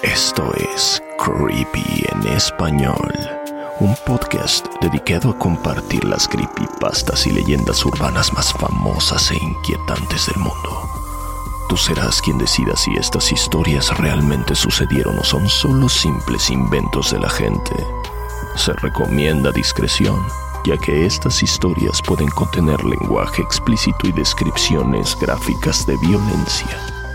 Esto es Creepy en Español, un podcast dedicado a compartir las creepypastas y leyendas urbanas más famosas e inquietantes del mundo. Tú serás quien decida si estas historias realmente sucedieron o son solo simples inventos de la gente. Se recomienda discreción, ya que estas historias pueden contener lenguaje explícito y descripciones gráficas de violencia.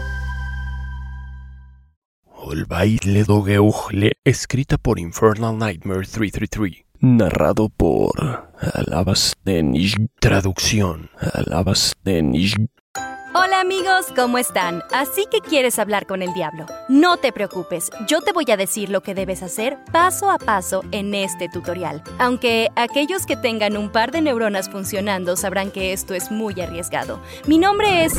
El baile do Geugle, escrita por Infernal Nightmare 333. Narrado por Alabastenij. Traducción: Alabastenij. Hola amigos, ¿cómo están? Así que quieres hablar con el diablo. No te preocupes, yo te voy a decir lo que debes hacer paso a paso en este tutorial. Aunque aquellos que tengan un par de neuronas funcionando sabrán que esto es muy arriesgado. Mi nombre es...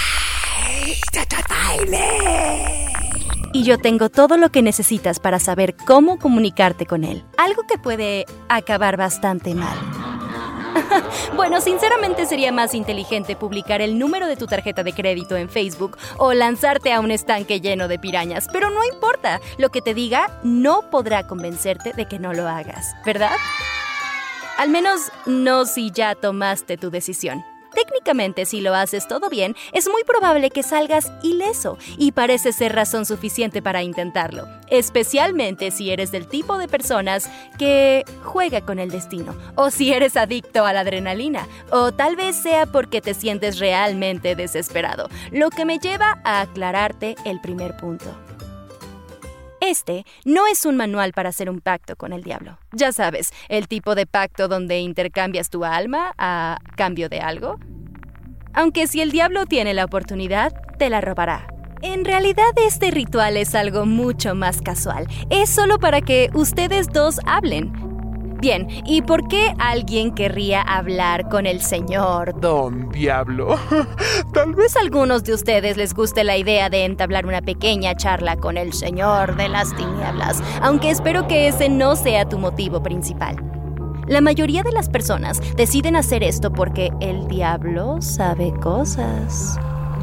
Y yo tengo todo lo que necesitas para saber cómo comunicarte con él. Algo que puede acabar bastante mal. Bueno, sinceramente sería más inteligente publicar el número de tu tarjeta de crédito en Facebook o lanzarte a un estanque lleno de pirañas. Pero no importa, lo que te diga no podrá convencerte de que no lo hagas, ¿verdad? Al menos no si ya tomaste tu decisión. Técnicamente, si lo haces todo bien, es muy probable que salgas ileso y parece ser razón suficiente para intentarlo, especialmente si eres del tipo de personas que juega con el destino, o si eres adicto a la adrenalina, o tal vez sea porque te sientes realmente desesperado, lo que me lleva a aclararte el primer punto. Este no es un manual para hacer un pacto con el diablo. Ya sabes, el tipo de pacto donde intercambias tu alma a cambio de algo. Aunque si el diablo tiene la oportunidad, te la robará. En realidad este ritual es algo mucho más casual. Es solo para que ustedes dos hablen. Bien, ¿y por qué alguien querría hablar con el señor Don Diablo? Tal vez a algunos de ustedes les guste la idea de entablar una pequeña charla con el señor de las tinieblas, aunque espero que ese no sea tu motivo principal. La mayoría de las personas deciden hacer esto porque el diablo sabe cosas.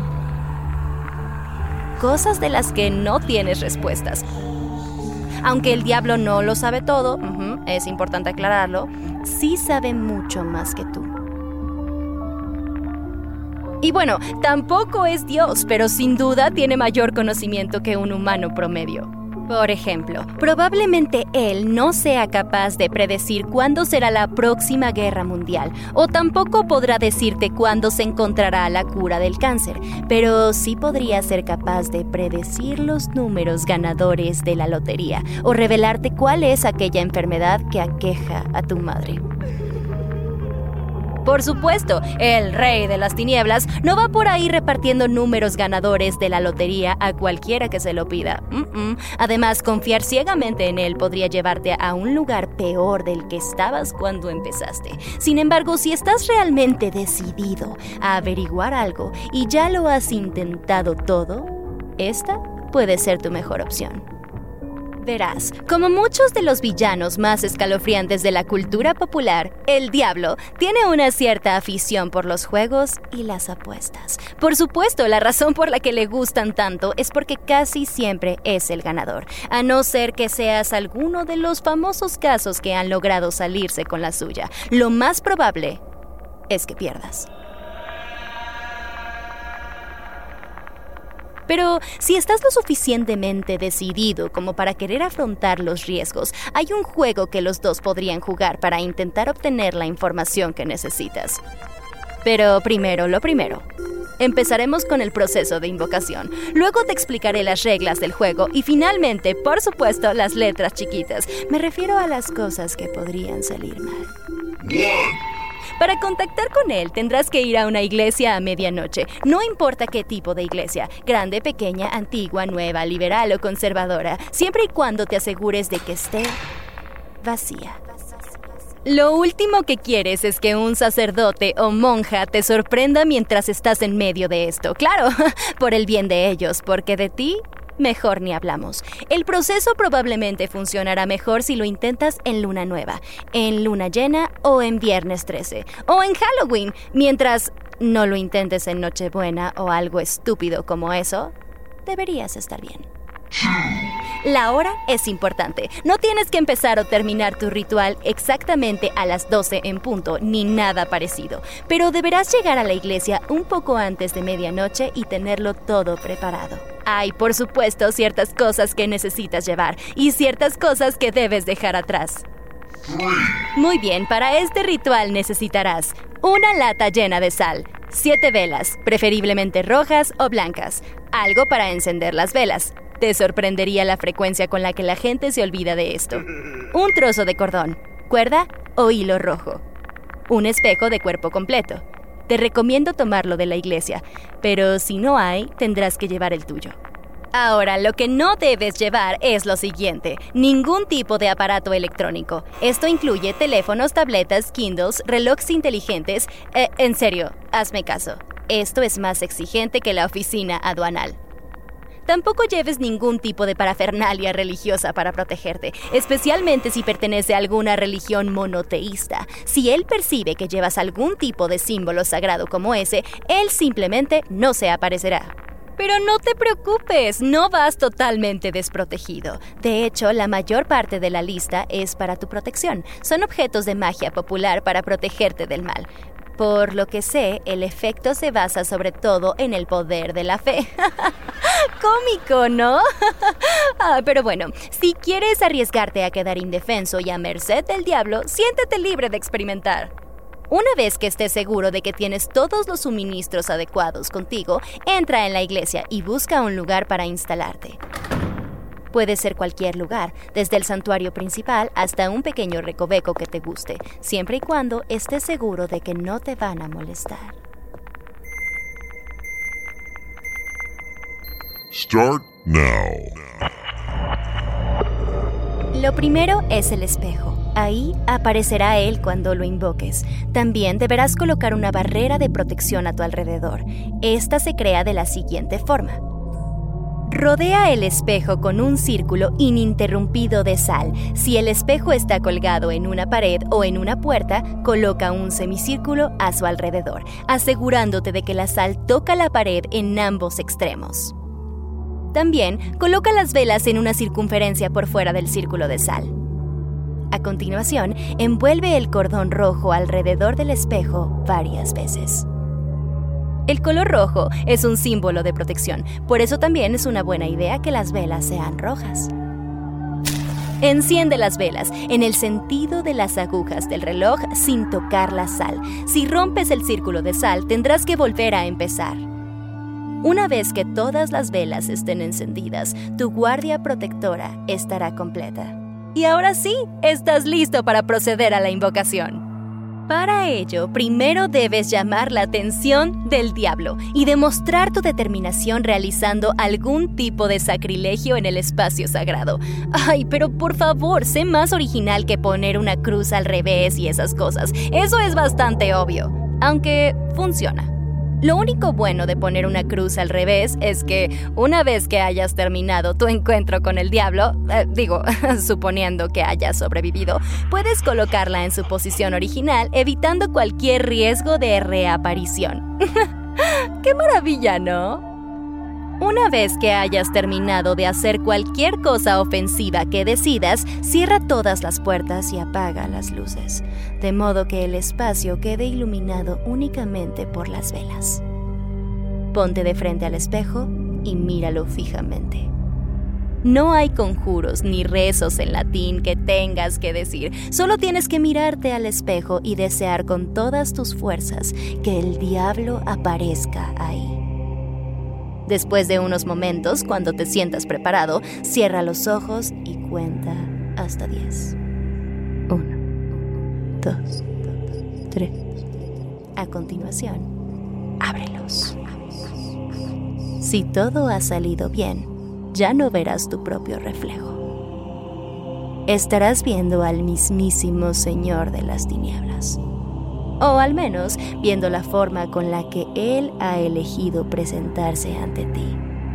Cosas de las que no tienes respuestas. Aunque el diablo no lo sabe todo, es importante aclararlo, sí sabe mucho más que tú. Y bueno, tampoco es Dios, pero sin duda tiene mayor conocimiento que un humano promedio. Por ejemplo, probablemente él no sea capaz de predecir cuándo será la próxima guerra mundial, o tampoco podrá decirte cuándo se encontrará la cura del cáncer, pero sí podría ser capaz de predecir los números ganadores de la lotería, o revelarte cuál es aquella enfermedad que aqueja a tu madre. Por supuesto, el rey de las tinieblas no va por ahí repartiendo números ganadores de la lotería a cualquiera que se lo pida. Además, confiar ciegamente en él podría llevarte a un lugar peor del que estabas cuando empezaste. Sin embargo, si estás realmente decidido a averiguar algo y ya lo has intentado todo, esta puede ser tu mejor opción. Verás, como muchos de los villanos más escalofriantes de la cultura popular, el diablo tiene una cierta afición por los juegos y las apuestas. Por supuesto, la razón por la que le gustan tanto es porque casi siempre es el ganador, a no ser que seas alguno de los famosos casos que han logrado salirse con la suya. Lo más probable es que pierdas. Pero si estás lo suficientemente decidido como para querer afrontar los riesgos, hay un juego que los dos podrían jugar para intentar obtener la información que necesitas. Pero primero lo primero. Empezaremos con el proceso de invocación. Luego te explicaré las reglas del juego y finalmente, por supuesto, las letras chiquitas. Me refiero a las cosas que podrían salir mal. Para contactar con él tendrás que ir a una iglesia a medianoche. No importa qué tipo de iglesia, grande, pequeña, antigua, nueva, liberal o conservadora, siempre y cuando te asegures de que esté vacía. Lo último que quieres es que un sacerdote o monja te sorprenda mientras estás en medio de esto. Claro, por el bien de ellos, porque de ti mejor ni hablamos. El proceso probablemente funcionará mejor si lo intentas en luna nueva, en luna llena o en viernes 13, o en Halloween, mientras no lo intentes en Nochebuena o algo estúpido como eso. Deberías estar bien. La hora es importante. No tienes que empezar o terminar tu ritual exactamente a las 12 en punto, ni nada parecido. Pero deberás llegar a la iglesia un poco antes de medianoche y tenerlo todo preparado. Hay, por supuesto, ciertas cosas que necesitas llevar y ciertas cosas que debes dejar atrás. Muy bien, para este ritual necesitarás una lata llena de sal, 7 velas, preferiblemente rojas o blancas, algo para encender las velas. Te sorprendería la frecuencia con la que la gente se olvida de esto. Un trozo de cordón, cuerda o hilo rojo. Un espejo de cuerpo completo. Te recomiendo tomarlo de la iglesia, pero si no hay, tendrás que llevar el tuyo. Ahora, lo que no debes llevar es lo siguiente: ningún tipo de aparato electrónico. Esto incluye teléfonos, tabletas, Kindles, relojes inteligentes. En serio, hazme caso. Esto es más exigente que la oficina aduanal. Tampoco lleves ningún tipo de parafernalia religiosa para protegerte, especialmente si pertenece a alguna religión monoteísta. Si él percibe que llevas algún tipo de símbolo sagrado como ese, él simplemente no se aparecerá. Pero no te preocupes, no vas totalmente desprotegido. De hecho, la mayor parte de la lista es para tu protección. Son objetos de magia popular para protegerte del mal. Por lo que sé, el efecto se basa sobre todo en el poder de la fe. Cómico, ¿no? Pero bueno, si quieres arriesgarte a quedar indefenso y a merced del diablo, siéntete libre de experimentar. Una vez que estés seguro de que tienes todos los suministros adecuados contigo, entra en la iglesia y busca un lugar para instalarte. Puede ser cualquier lugar, desde el santuario principal hasta un pequeño recoveco que te guste, siempre y cuando estés seguro de que no te van a molestar. Start now. Lo primero es el espejo. Ahí aparecerá él cuando lo invoques. También deberás colocar una barrera de protección a tu alrededor. Esta se crea de la siguiente forma. Rodea el espejo con un círculo ininterrumpido de sal. Si el espejo está colgado en una pared o en una puerta, coloca un semicírculo a su alrededor, asegurándote de que la sal toca la pared en ambos extremos. También coloca las velas en una circunferencia por fuera del círculo de sal. A continuación, envuelve el cordón rojo alrededor del espejo varias veces. El color rojo es un símbolo de protección, por eso también es una buena idea que las velas sean rojas. Enciende las velas en el sentido de las agujas del reloj sin tocar la sal. Si rompes el círculo de sal, tendrás que volver a empezar. Una vez que todas las velas estén encendidas, tu guardia protectora estará completa. Y ahora sí, estás listo para proceder a la invocación. Para ello, primero debes llamar la atención del diablo y demostrar tu determinación realizando algún tipo de sacrilegio en el espacio sagrado. Ay, pero por favor, sé más original que poner una cruz al revés y esas cosas. Eso es bastante obvio, aunque funciona. Lo único bueno de poner una cruz al revés es que una vez que hayas terminado tu encuentro con el diablo, suponiendo que hayas sobrevivido, puedes colocarla en su posición original, evitando cualquier riesgo de reaparición. ¡Qué maravilla!, ¿no? Una vez que hayas terminado de hacer cualquier cosa ofensiva que decidas, cierra todas las puertas y apaga las luces, de modo que el espacio quede iluminado únicamente por las velas. Ponte de frente al espejo y míralo fijamente. No hay conjuros ni rezos en latín que tengas que decir, solo tienes que mirarte al espejo y desear con todas tus fuerzas que el diablo aparezca ahí. Después de unos momentos, cuando te sientas preparado, cierra los ojos y cuenta hasta 10. 1, 2, 3. A continuación, ábrelos. Si todo ha salido bien, ya no verás tu propio reflejo. Estarás viendo al mismísimo Señor de las Tinieblas. O al menos viendo la forma con la que Él ha elegido presentarse ante ti.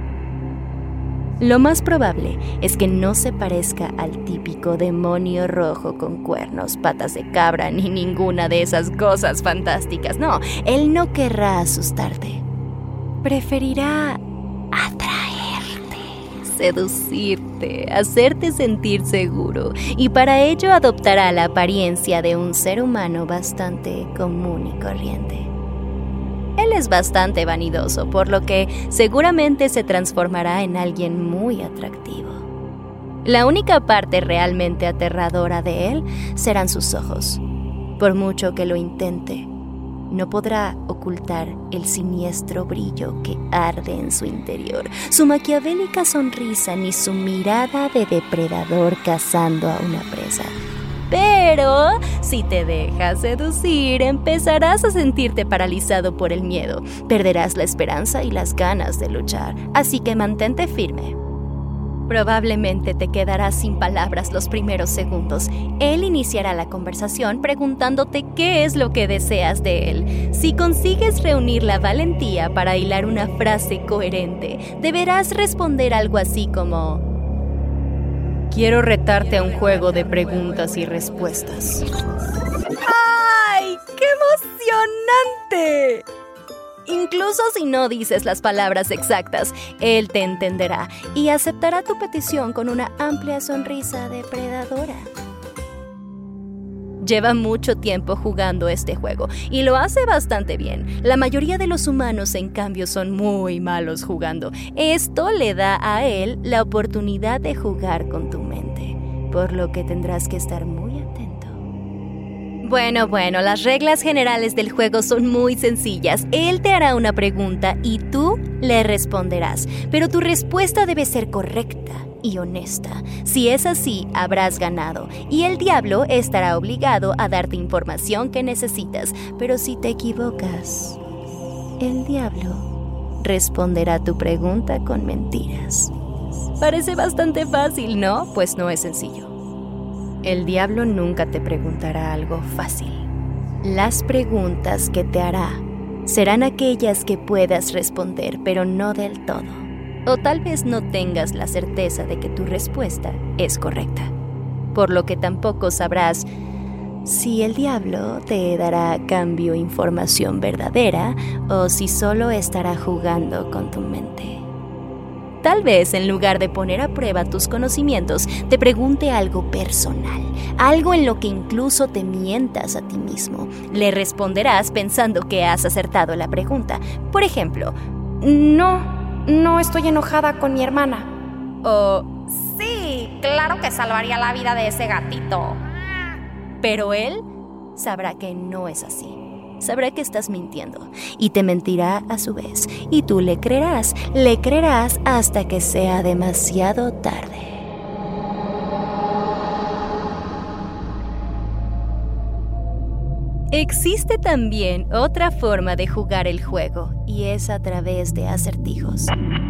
Lo más probable es que no se parezca al típico demonio rojo con cuernos, patas de cabra ni ninguna de esas cosas fantásticas. No, Él no querrá asustarte. Preferirá atraerte. seducirte, hacerte sentir seguro, y para ello adoptará la apariencia de un ser humano bastante común y corriente. Él es bastante vanidoso, por lo que seguramente se transformará en alguien muy atractivo. La única parte realmente aterradora de él serán sus ojos. Por mucho que lo intente, no podrá ocultar el siniestro brillo que arde en su interior, su maquiavélica sonrisa ni su mirada de depredador cazando a una presa. Pero si te dejas seducir, empezarás a sentirte paralizado por el miedo. Perderás la esperanza y las ganas de luchar, así que mantente firme. Probablemente te quedarás sin palabras los primeros segundos. Él iniciará la conversación preguntándote qué es lo que deseas de él. Si consigues reunir la valentía para hilar una frase coherente, deberás responder algo así como: quiero retarte a un juego de preguntas y respuestas. ¡Ay, qué emocionante! Incluso si no dices las palabras exactas, él te entenderá y aceptará tu petición con una amplia sonrisa depredadora. Lleva mucho tiempo jugando este juego y lo hace bastante bien. La mayoría de los humanos, en cambio, son muy malos jugando. Esto le da a él la oportunidad de jugar con tu mente, por lo que tendrás que estar muy atento. Bueno, las reglas generales del juego son muy sencillas. Él te hará una pregunta y tú le responderás, pero tu respuesta debe ser correcta y honesta. Si es así, habrás ganado y el diablo estará obligado a darte información que necesitas. Pero si te equivocas, el diablo responderá tu pregunta con mentiras. Parece bastante fácil, ¿no? Pues no es sencillo. El diablo nunca te preguntará algo fácil. Las preguntas que te hará serán aquellas que puedas responder, pero no del todo. O tal vez no tengas la certeza de que tu respuesta es correcta, por lo que tampoco sabrás si el diablo te dará a cambio información verdadera o si solo estará jugando con tu mente. Tal vez, en lugar de poner a prueba tus conocimientos, te pregunte algo personal, algo en lo que incluso te mientas a ti mismo. Le responderás pensando que has acertado la pregunta. Por ejemplo, no estoy enojada con mi hermana. O, sí, claro que salvaría la vida de ese gatito. Pero él sabrá que no es así. Sabrá que estás mintiendo y te mentirá a su vez. Y tú le creerás hasta que sea demasiado tarde. Existe también otra forma de jugar el juego, y es a través de acertijos.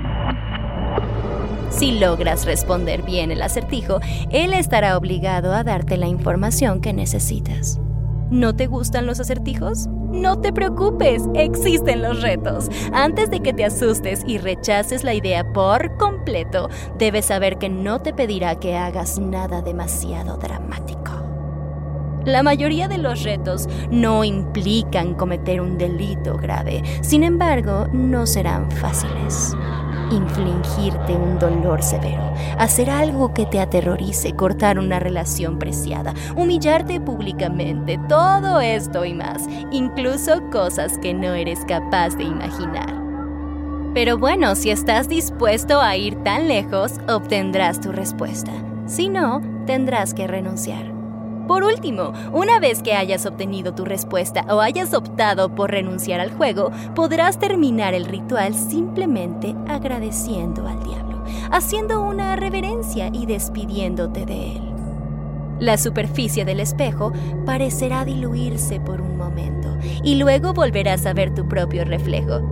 Si logras responder bien el acertijo, él estará obligado a darte la información que necesitas. ¿No te gustan los acertijos? No te preocupes, existen los retos. Antes de que te asustes y rechaces la idea por completo, debes saber que no te pedirá que hagas nada demasiado dramático. La mayoría de los retos no implican cometer un delito grave, sin embargo, no serán fáciles. Infligirte un dolor severo, hacer algo que te aterrorice, cortar una relación preciada, humillarte públicamente, todo esto y más, incluso cosas que no eres capaz de imaginar. Pero bueno, si estás dispuesto a ir tan lejos, obtendrás tu respuesta. Si no, tendrás que renunciar. Por último, una vez que hayas obtenido tu respuesta o hayas optado por renunciar al juego, podrás terminar el ritual simplemente agradeciendo al diablo, haciendo una reverencia y despidiéndote de él. La superficie del espejo parecerá diluirse por un momento y luego volverás a ver tu propio reflejo.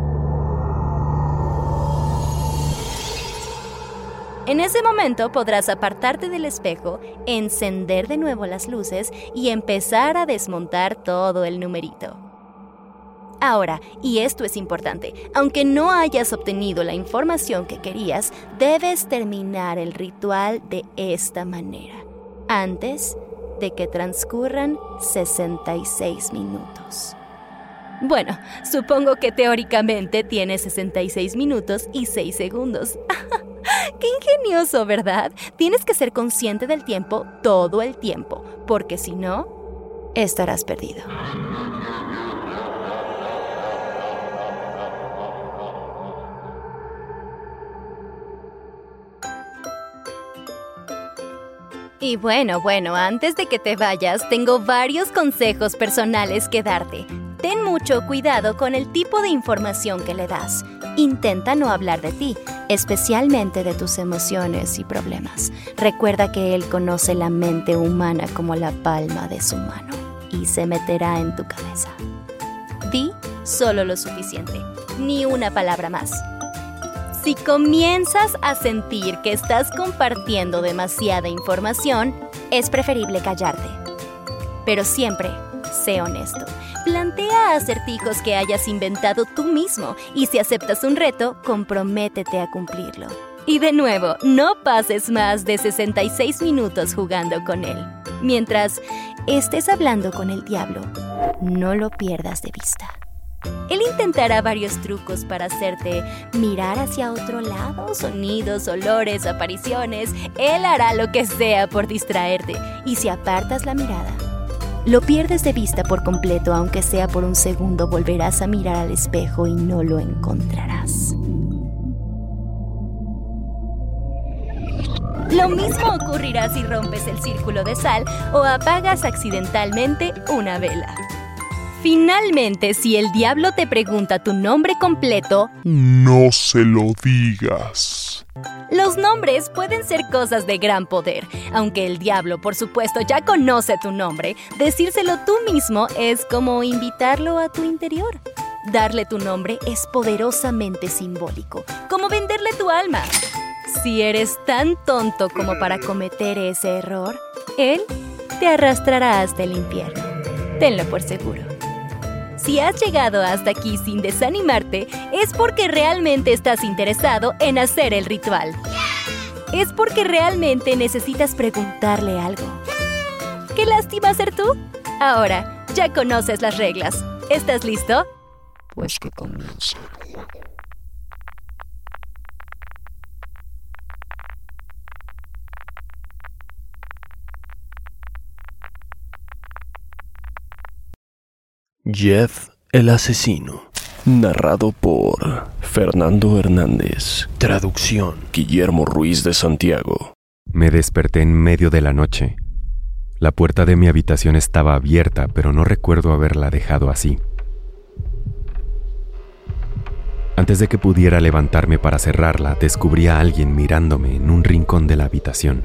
En ese momento podrás apartarte del espejo, encender de nuevo las luces y empezar a desmontar todo el numerito. Ahora, y esto es importante, aunque no hayas obtenido la información que querías, debes terminar el ritual de esta manera, antes de que transcurran 66 minutos. Bueno, supongo que teóricamente tienes 66 minutos y 6 segundos. Qué ingenioso, ¿verdad? Tienes que ser consciente del tiempo todo el tiempo, porque si no, estarás perdido. Y bueno, antes de que te vayas, tengo varios consejos personales que darte. Ten mucho cuidado con el tipo de información que le das. Intenta no hablar de ti, especialmente de tus emociones y problemas. Recuerda que él conoce la mente humana como la palma de su mano y se meterá en tu cabeza. Di solo lo suficiente, ni una palabra más. Si comienzas a sentir que estás compartiendo demasiada información, es preferible callarte. Pero siempre, sé honesto. Plantea acertijos que hayas inventado tú mismo y si aceptas un reto, comprométete a cumplirlo. Y de nuevo, no pases más de 66 minutos jugando con él. Mientras estés hablando con el diablo, no lo pierdas de vista. Él intentará varios trucos para hacerte mirar hacia otro lado, sonidos, olores, apariciones. Él hará lo que sea por distraerte. Y si apartas la mirada, lo pierdes de vista por completo, aunque sea por un segundo, volverás a mirar al espejo y no lo encontrarás. Lo mismo ocurrirá si rompes el círculo de sal o apagas accidentalmente una vela. Finalmente, si el diablo te pregunta tu nombre completo, no se lo digas. Los nombres pueden ser cosas de gran poder. Aunque el diablo, por supuesto, ya conoce tu nombre, decírselo tú mismo es como invitarlo a tu interior. Darle tu nombre es poderosamente simbólico, como venderle tu alma. Si eres tan tonto como para cometer ese error, él te arrastrará hasta el infierno. Tenlo por seguro. Si has llegado hasta aquí sin desanimarte, es porque realmente estás interesado en hacer el ritual. Es porque realmente necesitas preguntarle algo. ¿Qué lástima ser tú? Ahora, ya conoces las reglas. ¿Estás listo? Pues que comience. Jeff el asesino. Narrado por Fernando Hernández. Traducción Guillermo Ruiz de Santiago. Me desperté en medio de la noche. La puerta de mi habitación estaba abierta, pero no recuerdo haberla dejado así. Antes de que pudiera levantarme para cerrarla, descubrí a alguien mirándome en un rincón de la habitación.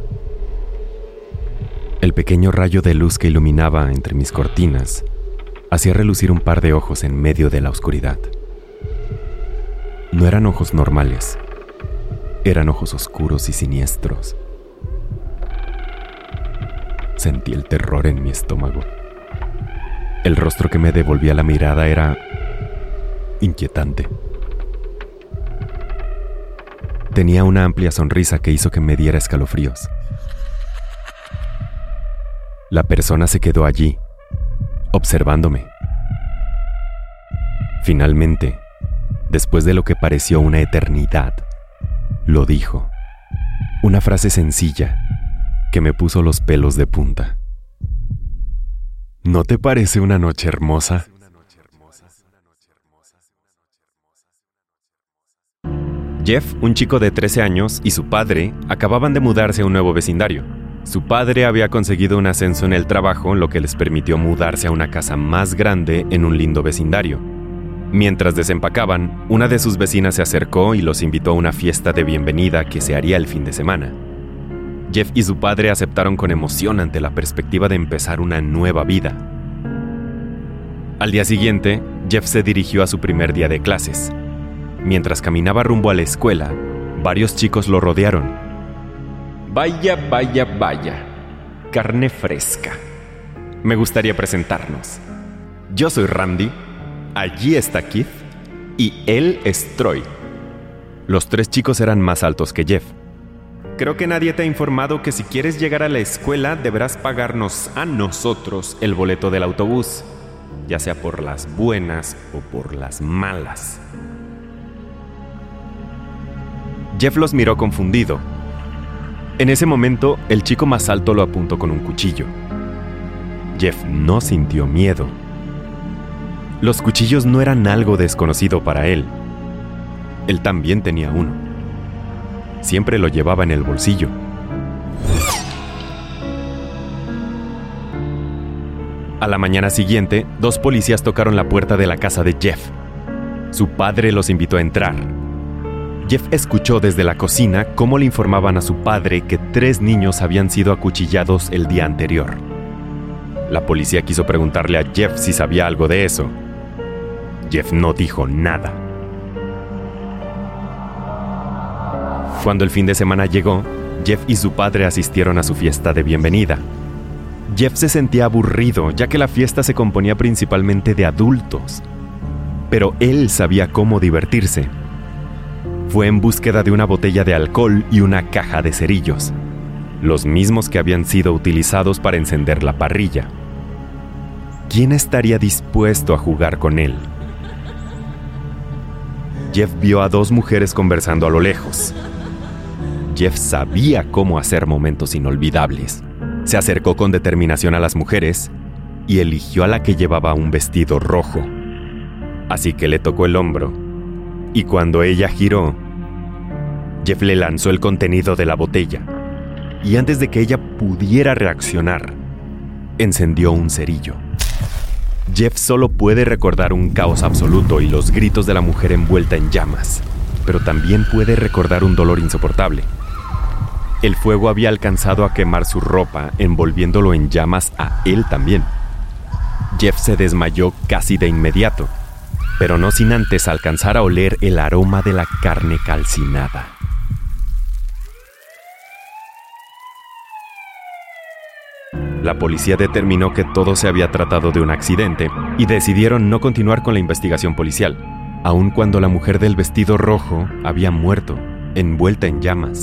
El pequeño rayo de luz que iluminaba entre mis cortinas hacía relucir un par de ojos en medio de la oscuridad. No eran ojos normales, eran ojos oscuros y siniestros. Sentí el terror en mi estómago. El rostro que me devolvía la mirada era inquietante. Tenía una amplia sonrisa que hizo que me diera escalofríos. La persona se quedó allí, observándome. Finalmente, después de lo que pareció una eternidad, lo dijo. Una frase sencilla que me puso los pelos de punta. ¿No te parece una noche hermosa? Jeff, un chico de 13 años, y su padre acababan de mudarse a un nuevo vecindario. Su padre había conseguido un ascenso en el trabajo, lo que les permitió mudarse a una casa más grande en un lindo vecindario. Mientras desempacaban, una de sus vecinas se acercó y los invitó a una fiesta de bienvenida que se haría el fin de semana. Jeff y su padre aceptaron con emoción ante la perspectiva de empezar una nueva vida. Al día siguiente, Jeff se dirigió a su primer día de clases. Mientras caminaba rumbo a la escuela, varios chicos lo rodearon. Vaya, vaya, vaya. Carne fresca. Me gustaría presentarnos. Yo soy Randy, allí está Keith y él es Troy. Los tres chicos eran más altos que Jeff. Creo que nadie te ha informado que si quieres llegar a la escuela deberás pagarnos a nosotros el boleto del autobús, ya sea por las buenas o por las malas. Jeff los miró confundido. En ese momento, el chico más alto lo apuntó con un cuchillo. Jeff no sintió miedo. Los cuchillos no eran algo desconocido para él. Él también tenía uno. Siempre lo llevaba en el bolsillo. A la mañana siguiente, 2 policías tocaron la puerta de la casa de Jeff. Su padre los invitó a entrar. Jeff escuchó desde la cocina cómo le informaban a su padre que 3 niños habían sido acuchillados el día anterior. La policía quiso preguntarle a Jeff si sabía algo de eso. Jeff no dijo nada. Cuando el fin de semana llegó, Jeff y su padre asistieron a su fiesta de bienvenida. Jeff se sentía aburrido, ya que la fiesta se componía principalmente de adultos. Pero él sabía cómo divertirse. Fue en búsqueda de una botella de alcohol y una caja de cerillos, los mismos que habían sido utilizados para encender la parrilla. ¿Quién estaría dispuesto a jugar con él? Jeff vio a 2 mujeres conversando a lo lejos. Jeff sabía cómo hacer momentos inolvidables. Se acercó con determinación a las mujeres y eligió a la que llevaba un vestido rojo. Así que le tocó el hombro, y cuando ella giró, Jeff le lanzó el contenido de la botella, y antes de que ella pudiera reaccionar, encendió un cerillo. Jeff solo puede recordar un caos absoluto y los gritos de la mujer envuelta en llamas, pero también puede recordar un dolor insoportable. El fuego había alcanzado a quemar su ropa, envolviéndolo en llamas a él también. Jeff se desmayó casi de inmediato, pero no sin antes alcanzar a oler el aroma de la carne calcinada. La policía determinó que todo se había tratado de un accidente y decidieron no continuar con la investigación policial, aun cuando la mujer del vestido rojo había muerto, envuelta en llamas.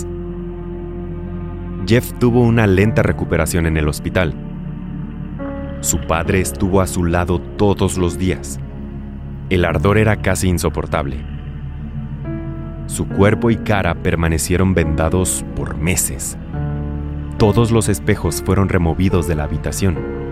Jeff tuvo una lenta recuperación en el hospital. Su padre estuvo a su lado todos los días. El ardor era casi insoportable. Su cuerpo y cara permanecieron vendados por meses. Todos los espejos fueron removidos de la habitación.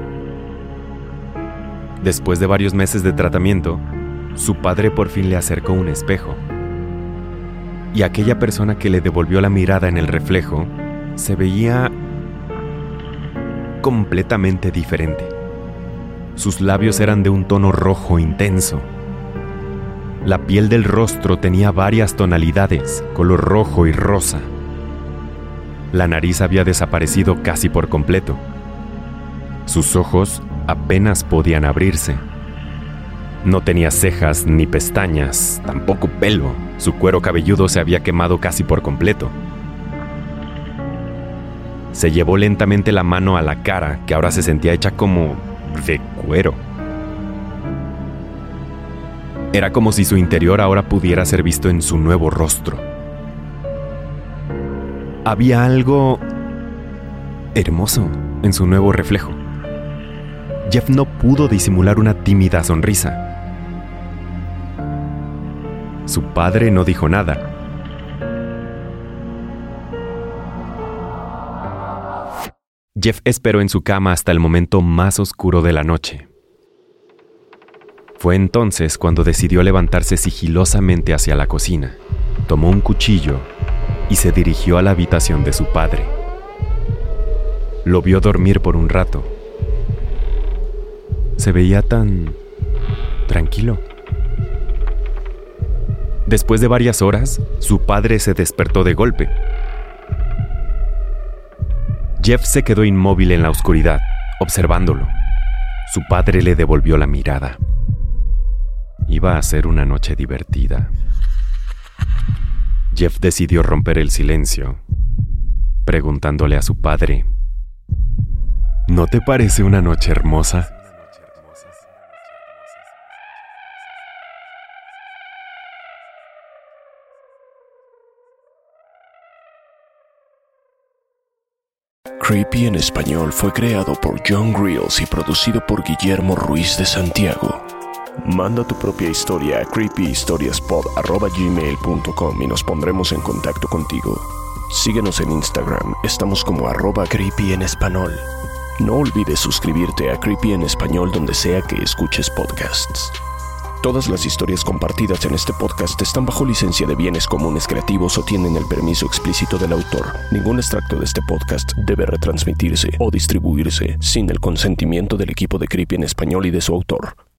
Después de varios meses de tratamiento, su padre por fin le acercó un espejo. Y aquella persona que le devolvió la mirada en el reflejo se veía completamente diferente. Sus labios eran de un tono rojo intenso. La piel del rostro tenía varias tonalidades, color rojo y rosa. La nariz había desaparecido casi por completo. Sus ojos apenas podían abrirse. No tenía cejas ni pestañas, tampoco pelo. Su cuero cabelludo se había quemado casi por completo. Se llevó lentamente la mano a la cara, que ahora se sentía hecha como de cuero. Era como si su interior ahora pudiera ser visto en su nuevo rostro. Había algo hermoso en su nuevo reflejo. Jeff no pudo disimular una tímida sonrisa. Su padre no dijo nada. Jeff esperó en su cama hasta el momento más oscuro de la noche. Fue entonces cuando decidió levantarse sigilosamente hacia la cocina, tomó un cuchillo y se dirigió a la habitación de su padre. Lo vio dormir por un rato. Se veía tan tranquilo. Después de varias horas, su padre se despertó de golpe. Jeff se quedó inmóvil en la oscuridad, observándolo. Su padre le devolvió la mirada. Iba a ser una noche divertida. Jeff decidió romper el silencio, preguntándole a su padre: ¿No te parece una noche hermosa? Creepy en español fue creado por John Grills y producido por Guillermo Ruiz de Santiago. Manda tu propia historia a creepyhistoriaspod@gmail.com y nos pondremos en contacto contigo. Síguenos en Instagram, estamos como @creepyenespanol. No olvides suscribirte a Creepy en Español donde sea que escuches podcasts. Todas las historias compartidas en este podcast están bajo licencia de bienes comunes creativos o tienen el permiso explícito del autor. Ningún extracto de este podcast debe retransmitirse o distribuirse sin el consentimiento del equipo de Creepy en Español y de su autor.